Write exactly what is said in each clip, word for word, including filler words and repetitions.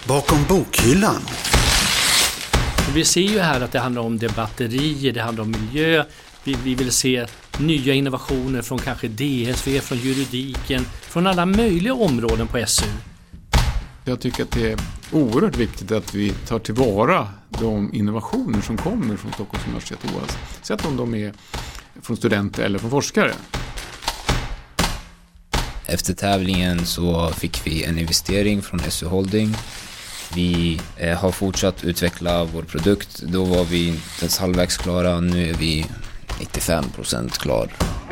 Bakom bokhyllan. Vi ser ju här att det handlar om debatterier, det handlar om miljö. Vi, vi vill se nya innovationer från kanske D S V, från juridiken, från alla möjliga områden på S U. Jag tycker att det är oerhört viktigt att vi tar tillvara de innovationer som kommer från Stockholms universitet, oavsett om de är från studenter eller från forskare. Efter tävlingen så fick vi en investering från S U Holding. Vi eh, har fortsatt utveckla vår produkt. Då var vi inte ens halvvägs klara. Nu är vi nittiofem procent klar.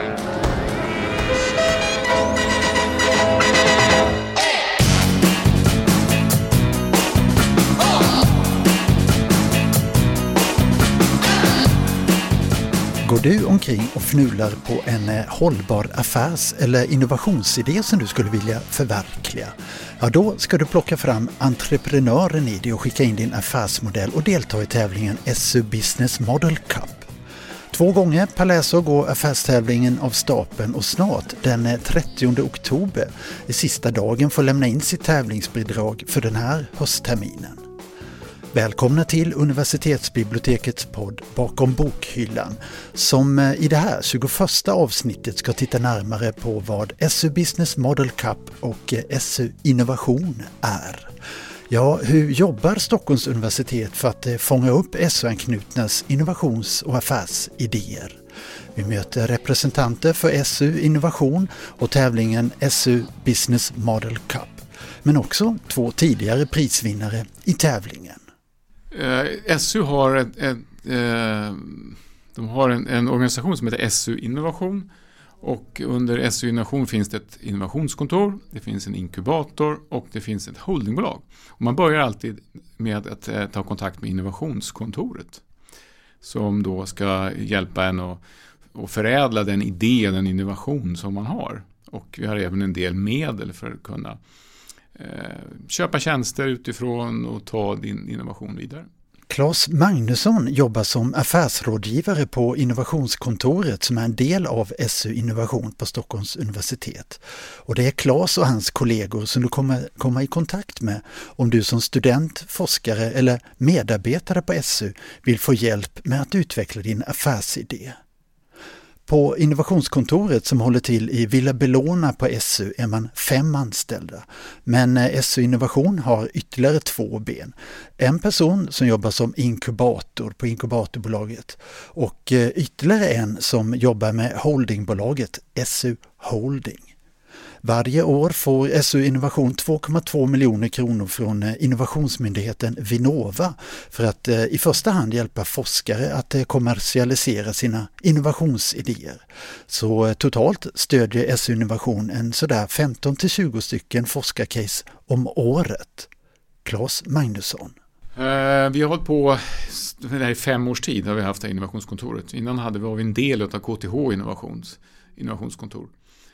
Går du omkring och fnular på en hållbar affärs- eller innovationsidé som du skulle vilja förverkliga? Ja, då ska du plocka fram entreprenören i det och skicka in din affärsmodell och delta i tävlingen S U Business Model Cup. Två gånger per läsår går affärstävlingen av stapeln och snart, den trettionde oktober, är sista dagen för att lämna in sitt tävlingsbidrag för den här höstterminen. Välkomna till Universitetsbibliotekets podd Bakom bokhyllan, som i det här tjugoförsta avsnittet ska titta närmare på vad S U Business Model Cup och S U Innovation är. Ja, hur jobbar Stockholms universitet för att fånga upp S U-anknutnas innovations- och affärsidéer? Vi möter representanter för S U Innovation och tävlingen S U Business Model Cup, men också två tidigare prisvinnare i tävlingen. Eh, S U har, ett, ett, eh, de har en, en organisation som heter S U Innovation, och under S U Innovation finns det ett innovationskontor, det finns en inkubator och det finns ett holdingbolag. Och man börjar alltid med att eh, ta kontakt med innovationskontoret som då ska hjälpa en att, att förädla den idé, den innovation som man har. Och vi har även en del medel för att kunna köpa tjänster utifrån och ta din innovation vidare. Claes Magnusson jobbar som affärsrådgivare på innovationskontoret som är en del av S U Innovation på Stockholms universitet. Och det är Claes och hans kollegor som du kommer komma i kontakt med om du som student, forskare eller medarbetare på S U vill få hjälp med att utveckla din affärsidé. På innovationskontoret som håller till i Villa Bellona på S U är man fem anställda. Men S U Innovation har ytterligare två ben. En person som jobbar som inkubator på inkubatorbolaget och ytterligare en som jobbar med holdingbolaget S U Holding. Varje år får S U Innovation två komma två miljoner kronor från innovationsmyndigheten Vinnova för att i första hand hjälpa forskare att kommersialisera sina innovationsidéer. Så totalt stödjer S U Innovation en sådär femton till tjugo stycken forskarcase om året. Claes Magnusson. Uh, vi har hållit på det här i fem års tid har vi haft det här innovationskontoret. Innan hade vi, var vi en del av K T H innovations, innovationskontor.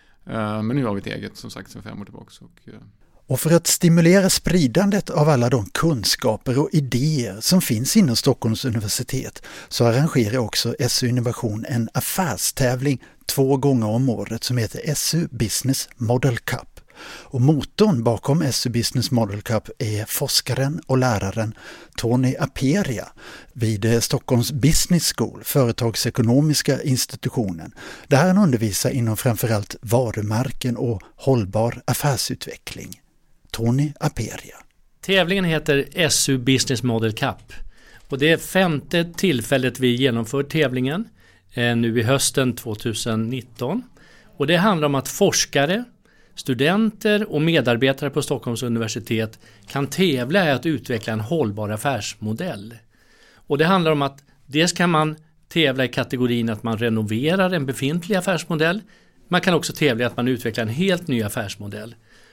Men nu har vi ett eget, som sagt, sedan fem år tillbaka. Och, uh... och för att stimulera spridandet av alla de kunskaper och idéer som finns inom Stockholms universitet så arrangerar också S U Innovation en affärstävling två gånger om året som heter S U Business Model Cup. Och motorn bakom S U Business Model Cup är forskaren och läraren Tony Aperia vid Stockholms Business School, företagsekonomiska institutionen, där han undervisar inom framförallt varumärken och hållbar affärsutveckling. Tony Aperia. Tävlingen heter S U Business Model Cup och det är femte tillfället vi genomför tävlingen eh, nu i hösten tjugonitton. Och det handlar om att forskare, studenter och medarbetare på Stockholms universitet kan tävla i att utveckla en hållbar affärsmodell. Och det handlar om att dels kan man tävla i kategorin att man renoverar en befintlig affärsmodell. Man kan också tävla i att man utvecklar en helt ny affärsmodell.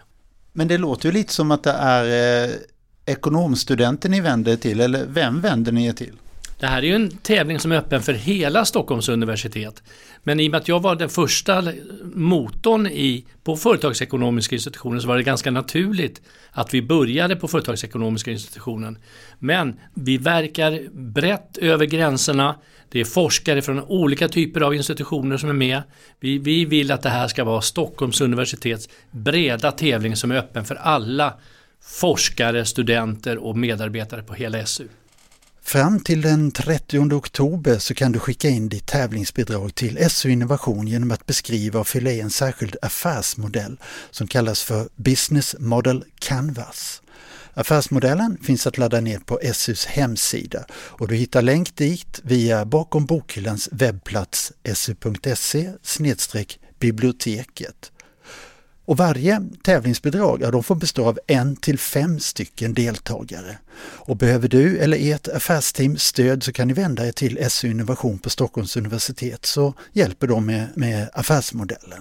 Men det låter ju lite som att det är eh, ekonomstudenter ni vänder till, eller vem vänder ni er till? Det här är ju en tävling som är öppen för hela Stockholms universitet. Men i och med att jag var den första motorn i, på företagsekonomiska institutionen så var det ganska naturligt att vi började på företagsekonomiska institutionen. Men vi verkar brett över gränserna. Det är forskare från olika typer av institutioner som är med. Vi, vi vill att det här ska vara Stockholms universitets breda tävling som är öppen för alla forskare, studenter och medarbetare på hela S U. Fram till den trettionde oktober så kan du skicka in ditt tävlingsbidrag till S U Innovation genom att beskriva och fylla i en särskild affärsmodell som kallas för Business Model Canvas. Affärsmodellen finns att ladda ner på S U:s hemsida och du hittar länk dit via bakom bokhyllans webbplats s u punkt se slash biblioteket. Och varje tävlingsbidrag, ja, de får bestå av en till fem stycken deltagare. Och behöver du eller ert affärsteam stöd så kan ni vända er till S U Innovation på Stockholms universitet så hjälper de med, med affärsmodellen.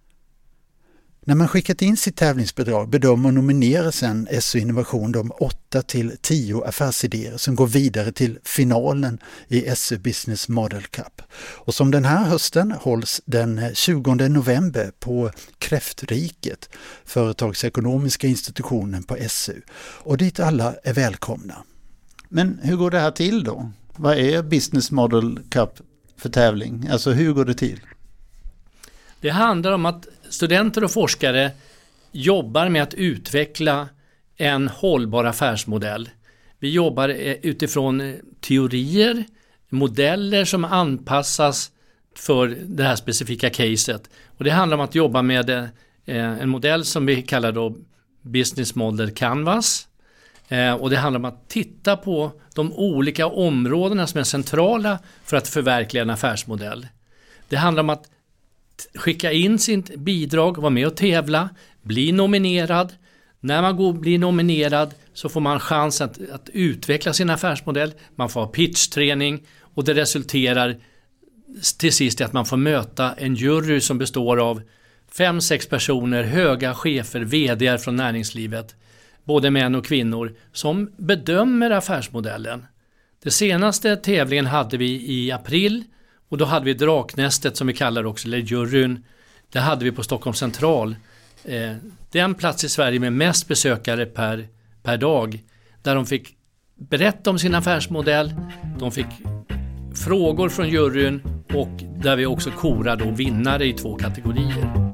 När man skickat in sitt tävlingsbidrag bedömer och nominerar sedan S U Innovation de åtta till tio affärsidéer som går vidare till finalen i S U Business Model Cup. Och som den här hösten hålls den tjugonde november på Kräftriket, företagsekonomiska institutionen på S U. Och dit alla är välkomna. Men hur går det här till då? Vad är Business Model Cup för tävling? Alltså hur går det till? Det handlar om att studenter och forskare jobbar med att utveckla en hållbar affärsmodell. Vi jobbar utifrån teorier, modeller som anpassas för det här specifika caset. Och det handlar om att jobba med en modell som vi kallar då Business Model Canvas. Och det handlar om att titta på de olika områdena som är centrala för att förverkliga en affärsmodell. Det handlar om att skicka in sitt bidrag, vara med och tävla, bli nominerad. När man går, blir nominerad så får man chans att, att utveckla sin affärsmodell. Man får ha pitchträning och det resulterar till sist i att man får möta en jury som består av fem, sex personer, höga chefer, vd:ar från näringslivet, både män och kvinnor, som bedömer affärsmodellen. Den senaste tävlingen hade vi i april. Och då hade vi Draknästet som vi kallar det också, eller juryn. Det hade vi på Stockholms central. Eh, den plats i Sverige med mest besökare per, per dag. Där de fick berätta om sin affärsmodell. De fick frågor från juryn och där vi också korade och vinnare i två kategorier.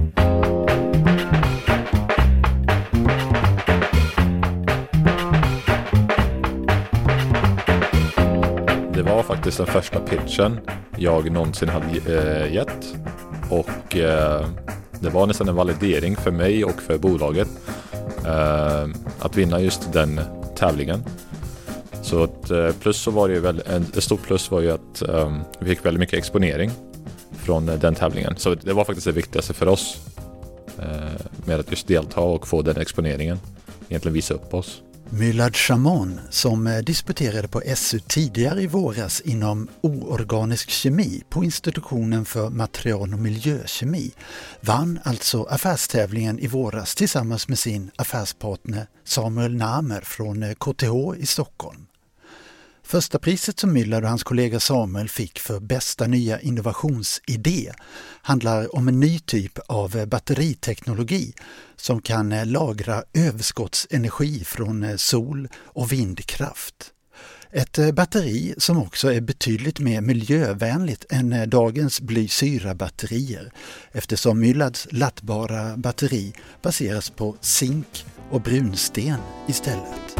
Det var faktiskt den första pitchen jag någonsin hade eh, gett och eh, det var nästan en validering för mig och för bolaget eh, att vinna just den tävlingen. Så ett eh, plus så var det väl en, ett stort plus var ju att eh, vi fick väldigt mycket exponering från eh, den tävlingen. Så det var faktiskt det viktigaste för oss eh, med att just delta och få den exponeringen, egentligen visa upp oss. Mylad Chamon, som disputerade på S U tidigare i våras inom oorganisk kemi på institutionen för material- och miljökemi, vann alltså affärstävlingen i våras tillsammans med sin affärspartner Samuel Namer från K T H i Stockholm. Första priset som Mylad och hans kollega Samuel fick för bästa nya innovationsidé handlar om en ny typ av batteriteknologi som kan lagra överskottsenergi från sol- och vindkraft. Ett batteri som också är betydligt mer miljövänligt än dagens blysyrabatterier eftersom Mylads laddbara batteri baseras på zink och brunsten istället.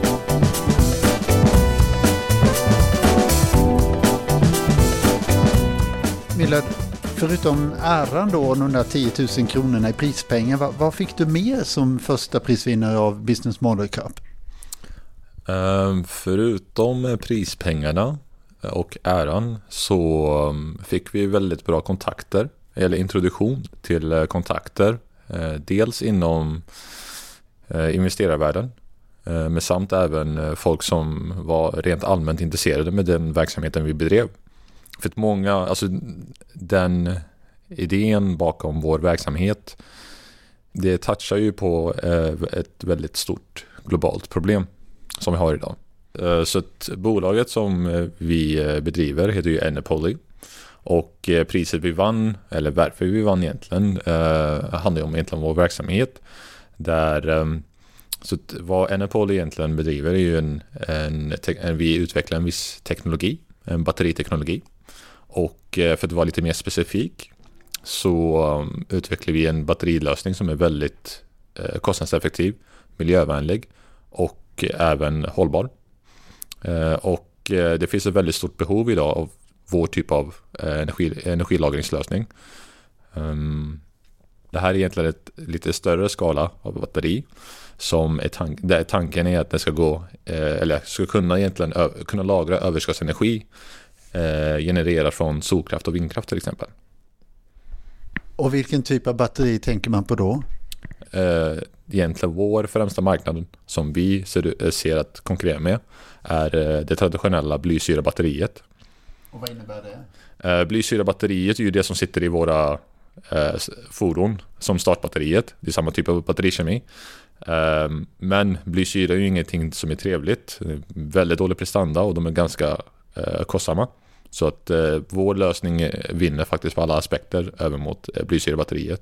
Mylad, förutom äran då, de där tio tusen kronorna i prispengar, vad, vad fick du mer som första prisvinnare av Business Model Cup? Um, förutom prispengarna och äran så um, fick vi väldigt bra kontakter, eller introduktion till uh, kontakter. Uh, dels inom uh, investerarvärlden, uh, men samt även uh, folk som var rent allmänt intresserade med den verksamheten vi bedrev. För att många, alltså den idén bakom vår verksamhet, det touchar ju på eh, ett väldigt stort globalt problem som vi har idag. Eh, så att bolaget som vi bedriver heter ju Enerpoly och eh, priset vi vann, eller varför vi vann egentligen, eh, handlar om egentligen vår verksamhet. Där, eh, så att vad Enerpoly egentligen bedriver är ju en, en, en, vi utvecklar en viss teknologi, en batteriteknologi. Och för att vara lite mer specifik så um, utvecklar vi en batterilösning som är väldigt kostnadseffektiv, miljövänlig och även hållbar. Och det finns ett väldigt stort behov idag av vår typ av energi, energilagringslösning. Det här är egentligen ett lite större skala av batteri som är tank, där tanken är att det ska gå eller ska kunna egentligen ö, kunna lagra överskottsenergi eh, generera från solkraft och vindkraft till exempel. Och vilken typ av batteri tänker man på då? Eh, egentligen vår främsta marknad som vi ser, ser att konkurrera med är det traditionella blysyrabatteriet. Och vad innebär det? Eh, blysyrabatteriet är ju det som sitter i våra eh, fordon som startbatteriet. Det är samma typ av batterikemi. Eh, men blysyra är ju ingenting som är trevligt. Väldigt dålig prestanda och de är ganska eh, kostsamma. Så att eh, vår lösning vinner faktiskt på alla aspekter över mot eh, blysyrabatteriet.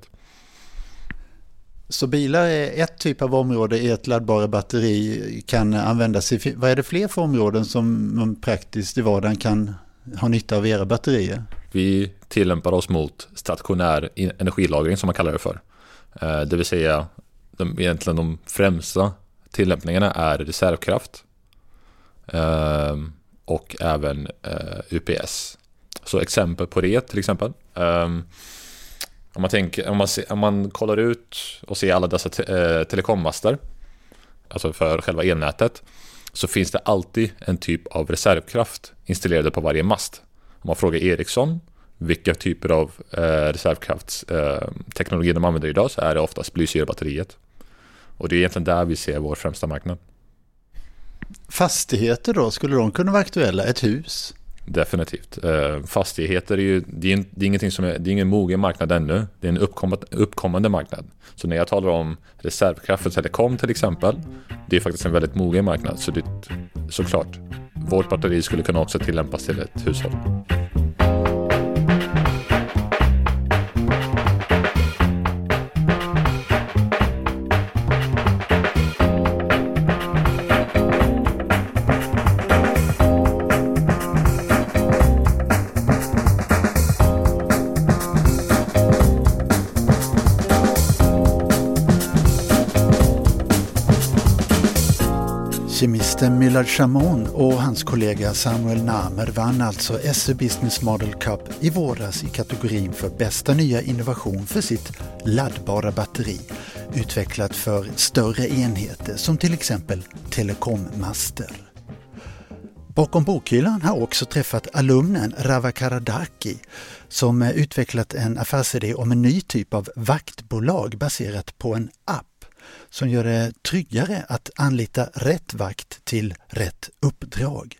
Så bilar är ett typ av område i ett laddbara batteri kan användas i. Vad är det fler för områden som man praktiskt i vardagen kan ha nytta av era batterier? Vi tillämpar oss mot stationär energilagring som man kallar det för. Eh, det vill säga de, egentligen de främsta tillämpningarna är reservkraft eh, och även eh, U P S. Så exempel på det till exempel. Um, om, man tänker, om, man se, om man kollar ut och ser alla dessa te, eh, telekommaster, alltså för själva elnätet, så finns det alltid en typ av reservkraft installerade på varje mast. Om man frågar Ericsson vilka typer av eh, reservkraftsteknologi eh, de använder idag, så är det oftast blysyrabatteriet. Och det är egentligen där vi ser vår främsta marknad. Fastigheter då, skulle de kunna vara aktuella? Ett hus? Definitivt. Uh, fastigheter är ju det är, det är ingenting som är, det är ingen mogen marknad ännu. Det är en uppkommande, uppkommande marknad. Så när jag talar om reservkraft för telekom till exempel, det är faktiskt en väldigt mogen marknad. Så det, såklart, vårt batteri skulle kunna också tillämpas till ett hushåll. Kemisten Millard Chamon och hans kollega Samuel Namer vann alltså S U Business Model Cup i våras i kategorin för bästa nya innovation för sitt laddbara batteri, utvecklat för större enheter som till exempel telekommaster. Bakom bokhyllan har också träffat alumnen Rava Karadaki som utvecklat en affärsidé om en ny typ av vaktbolag baserat på en app som gör det tryggare att anlita rätt vakt till rätt uppdrag.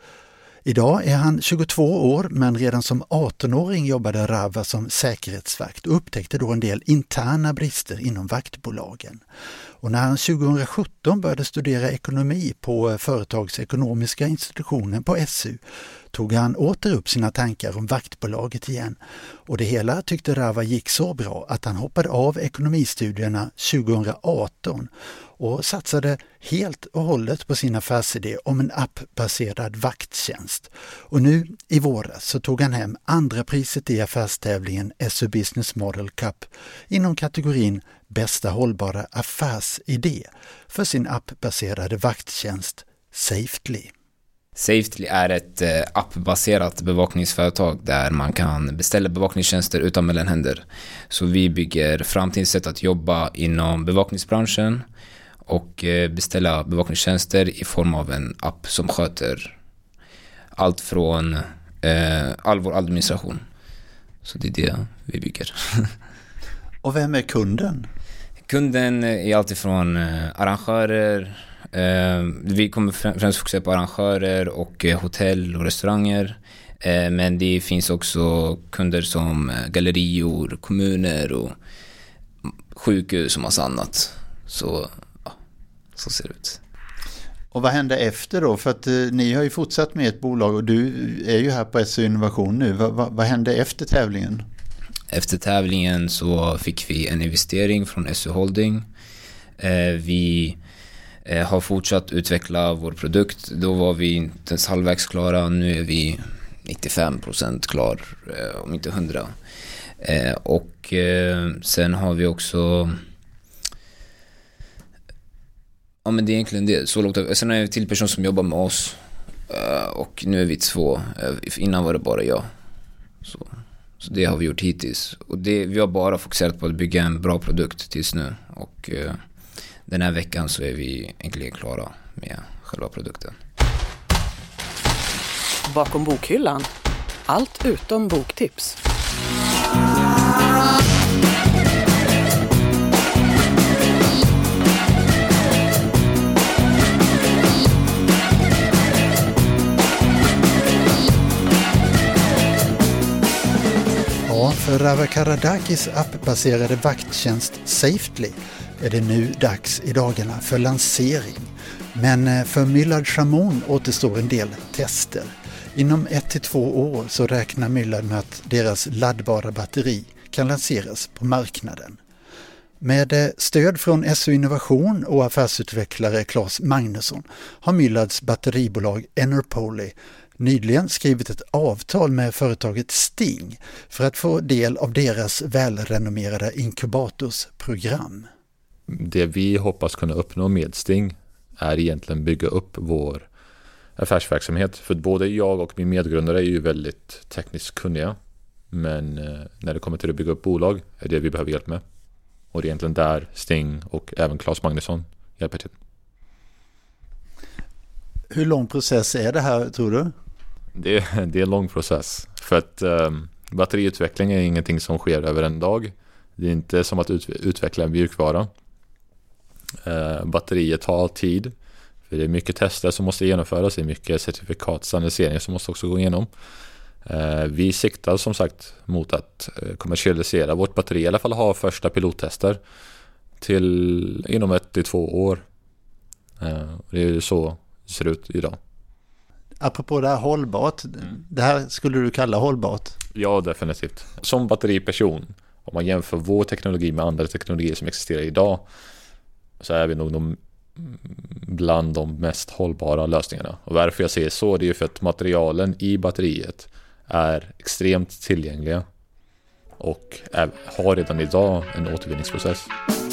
Idag är han tjugotvå år, men redan som arton-åring jobbade Rava som säkerhetsvakt och upptäckte då en del interna brister inom vaktbolagen. Och när han tjugohundrasjutton började studera ekonomi på Företagsekonomiska institutionen på S U tog han åter upp sina tankar om vaktbolaget igen. Och det hela tyckte Rava gick så bra att han hoppade av ekonomistudierna tjugohundraarton och satsade helt och hållet på sin affärsidé om en appbaserad vakttjänst. Och nu i våras så tog han hem andra priset i affärstävlingen S U Business Model Cup inom kategorin bästa hållbara affärsidé för sin appbaserade vakttjänst Safely. Safely är ett appbaserat bevakningsföretag där man kan beställa bevakningstjänster utan mellanhänder. Så vi bygger framtidens sätt att jobba inom bevakningsbranschen och beställa bevakningstjänster i form av en app som sköter allt från eh, all vår administration. Så det är det vi bygger. Och vem är kunden? Kunden är alltid från arrangörer. Vi kommer främst fokusera på arrangörer och hotell och restauranger. Men det finns också kunder som gallerior, kommuner och sjukhus och massa annat. Så, ja, så ser det ut. Och vad hände efter då? För att eh, ni har ju fortsatt med ett bolag och du är ju här på S U Innovation nu. Va, va, vad hände efter tävlingen? Efter tävlingen så fick vi en investering från S U Holding. Eh, vi eh, har fortsatt utveckla vår produkt. Då var vi inte ens halvvägs klara. Nu är vi nittiofem procent klar, eh, om inte hundra. Eh, och eh, sen har vi också Ja, men det är egentligen det. Så långt. Sen är det en till person som jobbar med oss. Och nu är vi två. Innan var det bara jag. Så, så det har vi gjort hittills. Och det, vi har bara fokuserat på att bygga en bra produkt tills nu. Och uh, den här veckan så är vi egentligen klara med själva produkten. Bakom bokhyllan. Allt utom boktips. Ja, för Rava Karadakis appbaserade vakttjänst Safely är det nu dags i dagarna för lansering. Men för Myllard Chamon återstår en del tester. Inom ett till två år så räknar Myllard med att deras laddbara batteri kan lanseras på marknaden. Med stöd från S U Innovation och affärsutvecklare Claes Magnusson har Myllards batteribolag Enerpoly nyligen skrivit ett avtal med företaget Sting för att få del av deras välrenommerade inkubatorsprogram. Det vi hoppas kunna uppnå med Sting är egentligen bygga upp vår affärsverksamhet. För både jag och min medgrundare är ju väldigt tekniskt kunniga. Men när det kommer till att bygga upp bolag är det vi behöver hjälp med. Och det är egentligen där Sting och även Claes Magnusson hjälper till. Hur lång process är det här, tror du? Det är, det är en lång process. För att um, batteriutveckling är ingenting som sker över en dag. Det är inte som att ut, utveckla en mjukvara. Uh, batteriet tar tid. För det är mycket tester som måste genomföras. Det är mycket certifikatstandardisering som måste också gå igenom. Uh, vi siktar som sagt mot att uh, kommersialisera vårt batteri. I alla fall ha första pilottester till inom ett till två år. Uh, det är så det ser ut idag. Apropå det här hållbart, mm. det här skulle du kalla hållbart? Ja, definitivt. Som batteriperson, om man jämför vår teknologi med andra teknologier som existerar idag, så är vi nog de, bland de mest hållbara lösningarna. Och varför jag säger så, det är för att materialen i batteriet är extremt tillgängliga och är, har redan idag en återvinningsprocess.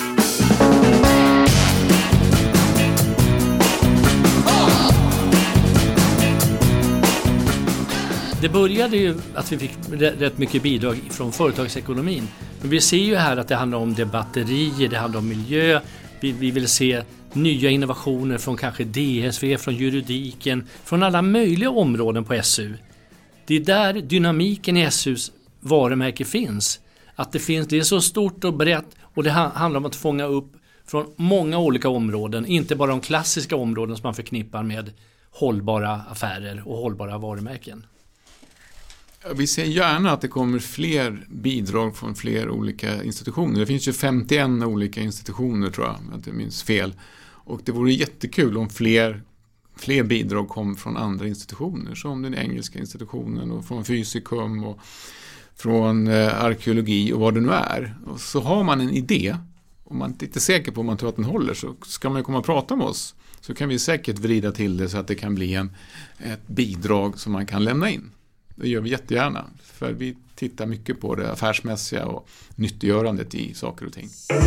Det började ju att vi fick rätt mycket bidrag från företagsekonomin. Men vi ser ju här att det handlar om det batterier, det handlar om miljö. Vi, vi vill se nya innovationer från kanske D S V, från juridiken, från alla möjliga områden på S U. Det är där dynamiken i S U:s varumärke finns. Att det finns, det är så stort och brett och det handlar om att fånga upp från många olika områden. Inte bara de klassiska områden som man förknippar med hållbara affärer och hållbara varumärken. Vi ser gärna att det kommer fler bidrag från fler olika institutioner. Det finns ju femtioen olika institutioner, tror jag, om jag inte minns fel. Och det vore jättekul om fler, fler bidrag kom från andra institutioner, som den engelska institutionen och från fysikum och från eh, arkeologi och vad det nu är. Och så har man en idé, om man inte är säker på om man tror att den håller, så ska man komma och prata med oss. Så kan vi säkert vrida till det så att det kan bli en, ett bidrag som man kan lämna in. Det gör vi jättegärna, för vi tittar mycket på det affärsmässiga och nyttiggörandet i saker och ting.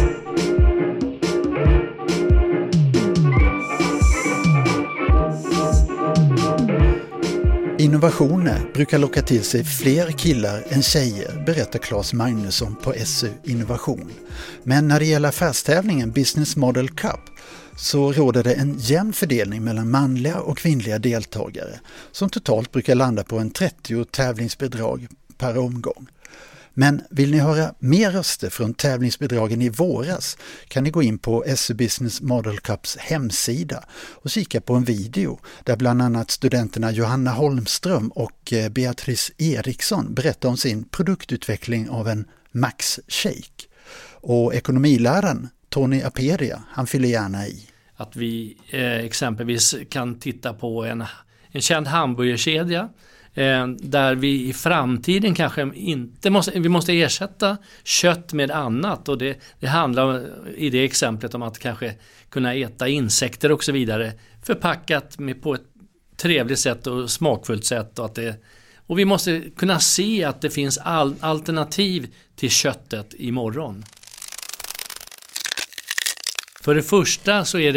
Innovationer brukar locka till sig fler killar än tjejer, berättar Claes Magnusson på S U Innovation. Men när det gäller affärstävlingen Business Model Cup så råder det en jämn fördelning mellan manliga och kvinnliga deltagare som totalt brukar landa på en trettio tävlingsbidrag per omgång. Men vill ni höra mer röster från tävlingsbidragen i våras kan ni gå in på S U Business Model Cups hemsida och kika på en video där bland annat studenterna Johanna Holmström och Beatrice Eriksson berättar om sin produktutveckling av en Max Shake. Och ekonomiläraren Tony Aperia, han fyller gärna i. Att vi eh, exempelvis kan titta på en, en känd hamburgerkedja eh, där vi i framtiden kanske inte måste, vi måste ersätta kött med annat, och det, det handlar i det exemplet om att kanske kunna äta insekter och så vidare förpackat med på ett trevligt sätt och smakfullt sätt, och att det, och vi måste kunna se att det finns all, alternativ till köttet imorgon. För det första så är det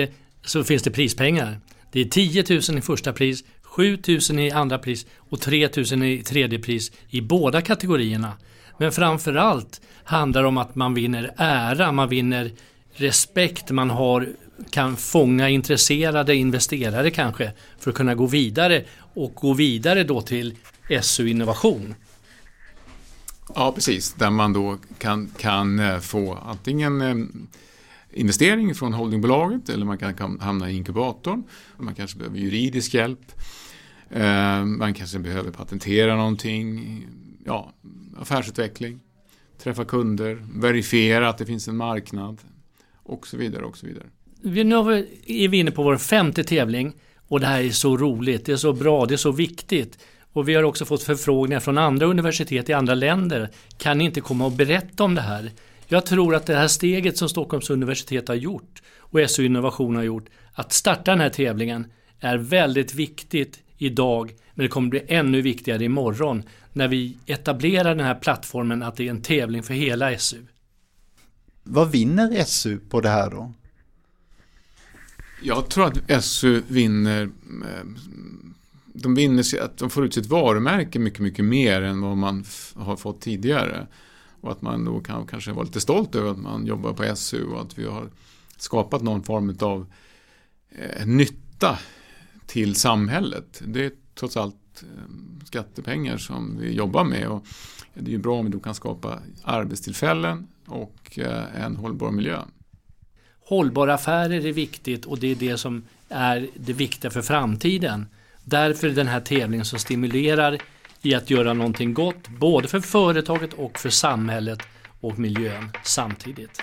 så finns det prispengar. Det är tio tusen i första pris, sju tusen i andra pris och tre tusen i tredje pris i båda kategorierna. Men framförallt handlar det om att man vinner ära, man vinner respekt, man har, kan fånga intresserade investerare kanske för att kunna gå vidare och gå vidare då till S U Innovation. Ja, precis. Där man då kan, kan få antingen investering från holdingbolaget eller man kan, kan hamna i inkubatorn. Man kanske behöver juridisk hjälp. Man kanske behöver patentera någonting. Ja, affärsutveckling. Träffa kunder. Verifiera att det finns en marknad. Och så vidare och så vidare. Vi, nu är vi inne på vår femte tävling och det här är så roligt, det är så bra, det är så viktigt. Och vi har också fått förfrågningar från andra universitet i andra länder. Kan ni inte komma och berätta om det här? Jag tror att det här steget som Stockholms universitet har gjort och S U Innovation har gjort, att starta den här tävlingen är väldigt viktigt idag, men det kommer bli ännu viktigare imorgon när vi etablerar den här plattformen att det är en tävling för hela S U. Vad vinner S U på det här då? Jag tror att S U vinner, de vinner att de får ut sitt varumärke mycket, mycket mer än vad man f- har fått tidigare. Och att man då kan kanske vara lite stolt över att man jobbar på S U och att vi har skapat någon form av eh, nytta till samhället. Det är trots allt eh, skattepengar som vi jobbar med och det är ju bra om vi då kan skapa arbetstillfällen och eh, en hållbar miljö. Hållbara affärer är viktigt och det är det som är det viktiga för framtiden. Därför är den här tävlingen som stimulerar i att göra någonting gott både för företaget och för samhället och miljön samtidigt.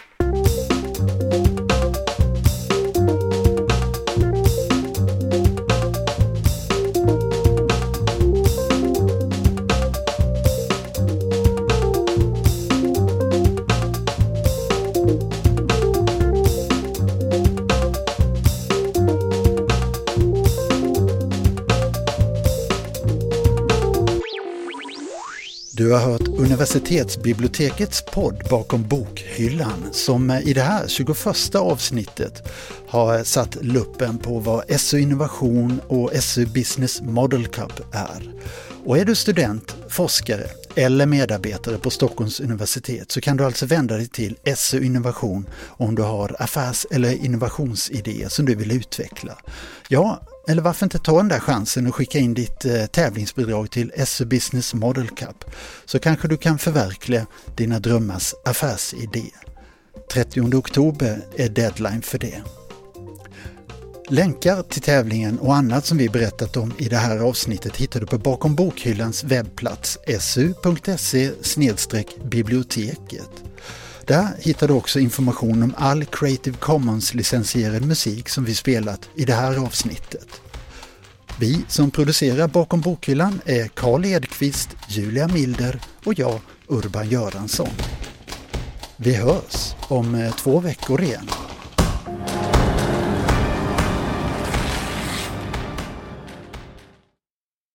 Du har hört Universitetsbibliotekets podd Bakom bokhyllan som i det här tjugoförsta avsnittet har satt luppen på vad S U Innovation och S U Business Model Cup är. Och är du student, forskare eller medarbetare på Stockholms universitet så kan du alltså vända dig till S U Innovation om du har affärs- eller innovationsidéer som du vill utveckla. Ja, eller varför inte ta den där chansen och skicka in ditt eh, tävlingsbidrag till S U Business Model Cup så kanske du kan förverkliga dina drömmars affärsidé. trettionde oktober är deadline för det. Länkar till tävlingen och annat som vi berättat om i det här avsnittet hittar du på Bakom bokhyllans webbplats s u punkt se slash biblioteket. Där hittar du också information om all Creative Commons licensierad musik som vi spelat i det här avsnittet. Vi som producerar Bakom bokhyllan är Carl Edqvist, Julia Milder och jag, Urban Göransson. Vi hörs om två veckor igen.